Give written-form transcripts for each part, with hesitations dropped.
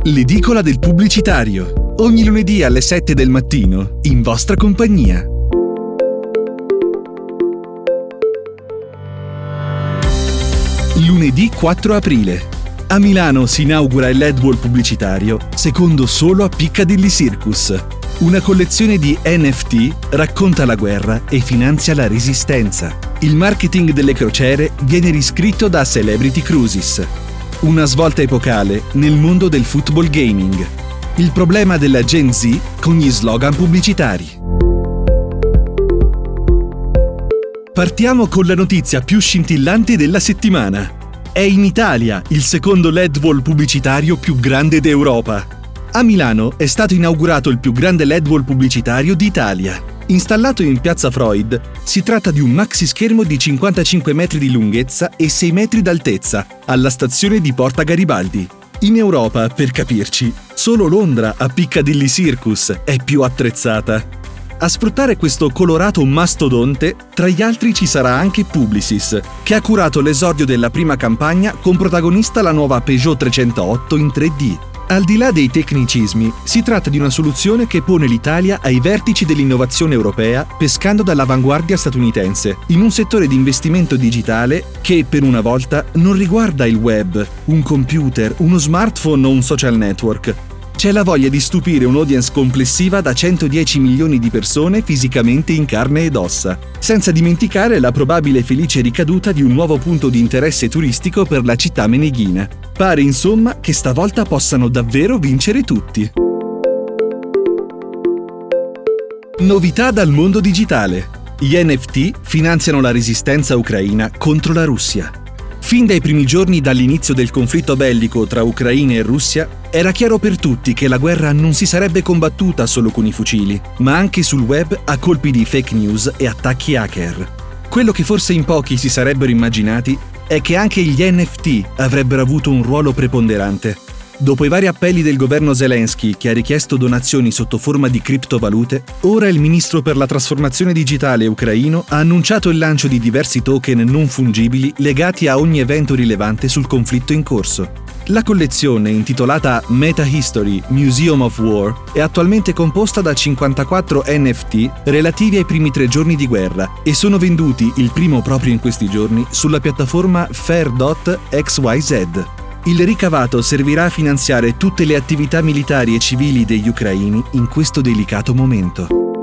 L'edicola del pubblicitario. Ogni lunedì alle 7 del mattino, in vostra compagnia. Lunedì 4 aprile. A Milano si inaugura il LED Wall pubblicitario, secondo solo a Piccadilly Circus. Una collezione di NFT racconta la guerra e finanzia la resistenza. Il marketing delle crociere viene riscritto da Celebrity Cruises. Una svolta epocale nel mondo del football gaming. Il problema della Gen Z con gli slogan pubblicitari. Partiamo con la notizia più scintillante della settimana. È in Italia il secondo LED Wall pubblicitario più grande d'Europa. A Milano è stato inaugurato il più grande LED Wall pubblicitario d'Italia. Installato in Piazza Freud, si tratta di un maxi schermo di 55 metri di lunghezza e 6 metri d'altezza, alla stazione di Porta Garibaldi. In Europa, per capirci, solo Londra a Piccadilly Circus è più attrezzata. A sfruttare questo colorato mastodonte, tra gli altri ci sarà anche Publicis, che ha curato l'esordio della prima campagna con protagonista la nuova Peugeot 308 in 3D. Al di là dei tecnicismi, si tratta di una soluzione che pone l'Italia ai vertici dell'innovazione europea, pescando dall'avanguardia statunitense, in un settore di investimento digitale che, per una volta, non riguarda il web, un computer, uno smartphone o un social network. C'è la voglia di stupire un'audience complessiva da 110 milioni di persone fisicamente in carne ed ossa, senza dimenticare la probabile felice ricaduta di un nuovo punto di interesse turistico per la città meneghina. Pare insomma che stavolta possano davvero vincere tutti. Novità dal mondo digitale. Gli NFT finanziano la resistenza ucraina contro la Russia. Fin dai primi giorni dall'inizio del conflitto bellico tra Ucraina e Russia, era chiaro per tutti che la guerra non si sarebbe combattuta solo con i fucili, ma anche sul web a colpi di fake news e attacchi hacker. Quello che forse in pochi si sarebbero immaginati è che anche gli NFT avrebbero avuto un ruolo preponderante. Dopo i vari appelli del governo Zelensky, che ha richiesto donazioni sotto forma di criptovalute, ora il ministro per la trasformazione digitale ucraino ha annunciato il lancio di diversi token non fungibili legati a ogni evento rilevante sul conflitto in corso. La collezione, intitolata Meta History Museum of War, è attualmente composta da 54 NFT relativi ai primi 3 giorni di guerra e sono venduti, il primo proprio in questi giorni, sulla piattaforma Fair.xyz. Il ricavato servirà a finanziare tutte le attività militari e civili degli ucraini in questo delicato momento.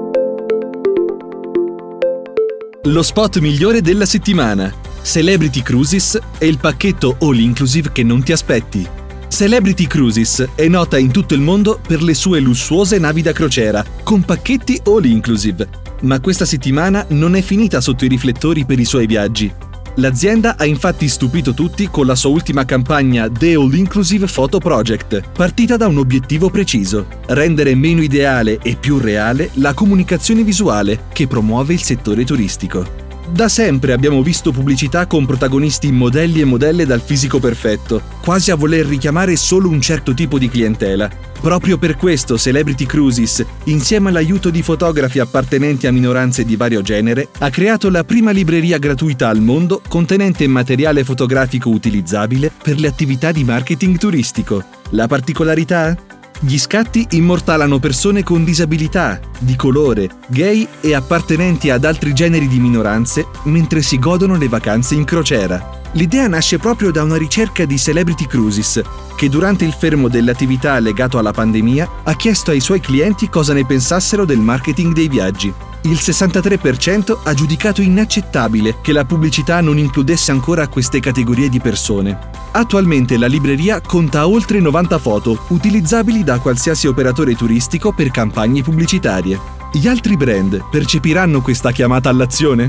Lo spot migliore della settimana. Celebrity Cruises è il pacchetto all-inclusive che non ti aspetti. Celebrity Cruises è nota in tutto il mondo per le sue lussuose navi da crociera, con pacchetti all-inclusive. Ma questa settimana non è finita sotto i riflettori per i suoi viaggi. L'azienda ha infatti stupito tutti con la sua ultima campagna The All Inclusive Photo Project, partita da un obiettivo preciso: rendere meno ideale e più reale la comunicazione visuale che promuove il settore turistico. Da sempre abbiamo visto pubblicità con protagonisti modelli e modelle dal fisico perfetto, quasi a voler richiamare solo un certo tipo di clientela. Proprio per questo Celebrity Cruises, insieme all'aiuto di fotografi appartenenti a minoranze di vario genere, ha creato la prima libreria gratuita al mondo contenente materiale fotografico utilizzabile per le attività di marketing turistico. La particolarità? Gli scatti immortalano persone con disabilità, di colore, gay e appartenenti ad altri generi di minoranze mentre si godono le vacanze in crociera. L'idea nasce proprio da una ricerca di Celebrity Cruises, che durante il fermo delle attività legato alla pandemia ha chiesto ai suoi clienti cosa ne pensassero del marketing dei viaggi. Il 63% ha giudicato inaccettabile che la pubblicità non includesse ancora queste categorie di persone. Attualmente la libreria conta oltre 90 foto, utilizzabili da qualsiasi operatore turistico per campagne pubblicitarie. Gli altri brand percepiranno questa chiamata all'azione?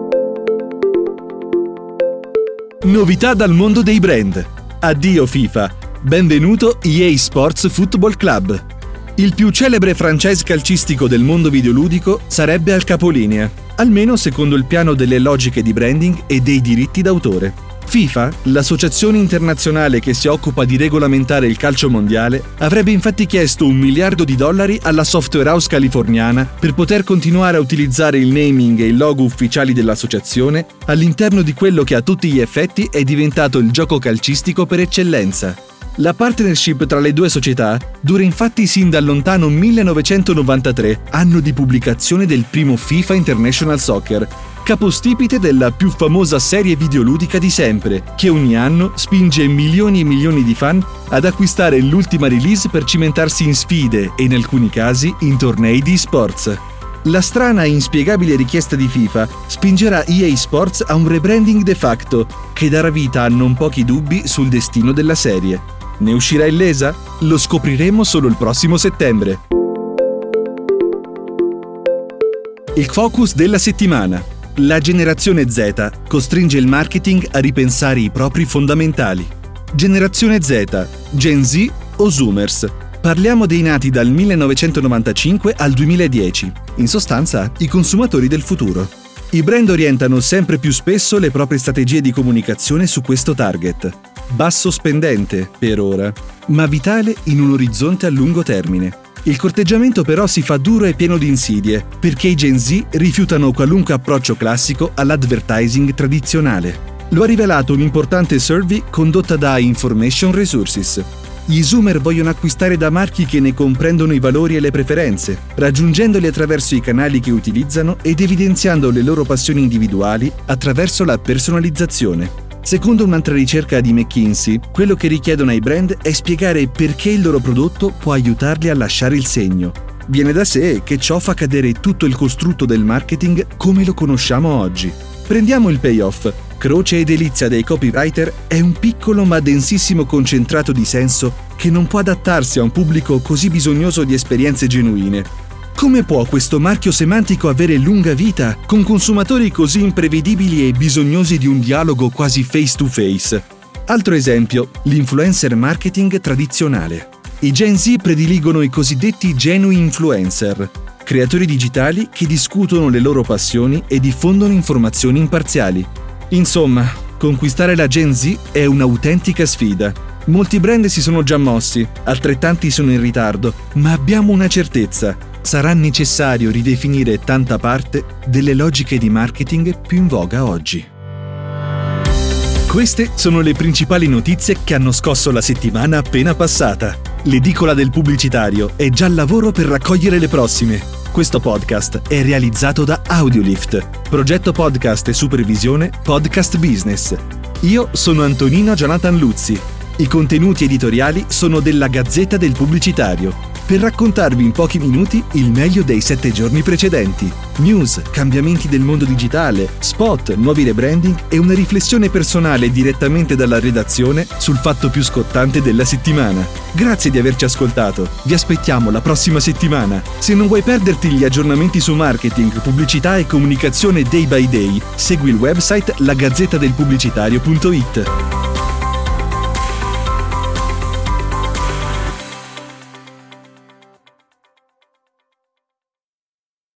Novità dal mondo dei brand. Addio FIFA. Benvenuto EA Sports Football Club. Il più celebre franchise calcistico del mondo videoludico sarebbe al capolinea, almeno secondo il piano delle logiche di branding e dei diritti d'autore. FIFA, l'associazione internazionale che si occupa di regolamentare il calcio mondiale, avrebbe infatti chiesto $1 miliardo alla software house californiana per poter continuare a utilizzare il naming e il logo ufficiali dell'associazione all'interno di quello che a tutti gli effetti è diventato il gioco calcistico per eccellenza. La partnership tra le due società dura infatti sin dal lontano 1993, anno di pubblicazione del primo FIFA International Soccer, capostipite della più famosa serie videoludica di sempre, che ogni anno spinge milioni e milioni di fan ad acquistare l'ultima release per cimentarsi in sfide e in alcuni casi in tornei di esports. La strana e inspiegabile richiesta di FIFA spingerà EA Sports a un rebranding de facto, che darà vita a non pochi dubbi sul destino della serie. Ne uscirà illesa? Lo scopriremo solo il prossimo settembre. Il focus della settimana. La generazione Z costringe il marketing a ripensare i propri fondamentali. Generazione Z, Gen Z o Zoomers. Parliamo dei nati dal 1995 al 2010, in sostanza i consumatori del futuro. I brand orientano sempre più spesso le proprie strategie di comunicazione su questo target. Basso spendente, per ora, ma vitale in un orizzonte a lungo termine. Il corteggiamento però si fa duro e pieno di insidie, perché i Gen Z rifiutano qualunque approccio classico all'advertising tradizionale. Lo ha rivelato un'importante survey condotta da Information Resources. Gli Zoomer vogliono acquistare da marchi che ne comprendono i valori e le preferenze, raggiungendoli attraverso i canali che utilizzano ed evidenziando le loro passioni individuali attraverso la personalizzazione. Secondo un'altra ricerca di McKinsey, quello che richiedono ai brand è spiegare perché il loro prodotto può aiutarli a lasciare il segno. Viene da sé che ciò fa cadere tutto il costrutto del marketing come lo conosciamo oggi. Prendiamo il payoff. Croce e delizia dei copywriter è un piccolo ma densissimo concentrato di senso che non può adattarsi a un pubblico così bisognoso di esperienze genuine. Come può questo marchio semantico avere lunga vita con consumatori così imprevedibili e bisognosi di un dialogo quasi face to face? Altro esempio, l'influencer marketing tradizionale. I Gen Z prediligono i cosiddetti genui influencer, creatori digitali che discutono le loro passioni e diffondono informazioni imparziali. Insomma, conquistare la Gen Z è un'autentica sfida. Molti brand si sono già mossi, altrettanti sono in ritardo, ma abbiamo una certezza: sarà necessario ridefinire tanta parte delle logiche di marketing più in voga oggi. Queste sono le principali notizie che hanno scosso la settimana appena passata. L'edicola del pubblicitario è già al lavoro per raccogliere le prossime. Questo podcast è realizzato da Audiolift, progetto podcast e supervisione Podcast Business. Io sono Antonino Jonathan Luzzi. I contenuti editoriali sono della Gazzetta del Pubblicitario, per raccontarvi in pochi minuti il meglio dei 7 giorni precedenti. News, cambiamenti del mondo digitale, spot, nuovi rebranding e una riflessione personale direttamente dalla redazione sul fatto più scottante della settimana. Grazie di averci ascoltato. Vi aspettiamo la prossima settimana. Se non vuoi perderti gli aggiornamenti su marketing, pubblicità e comunicazione day by day, segui il website lagazzettadelpubblicitario.it.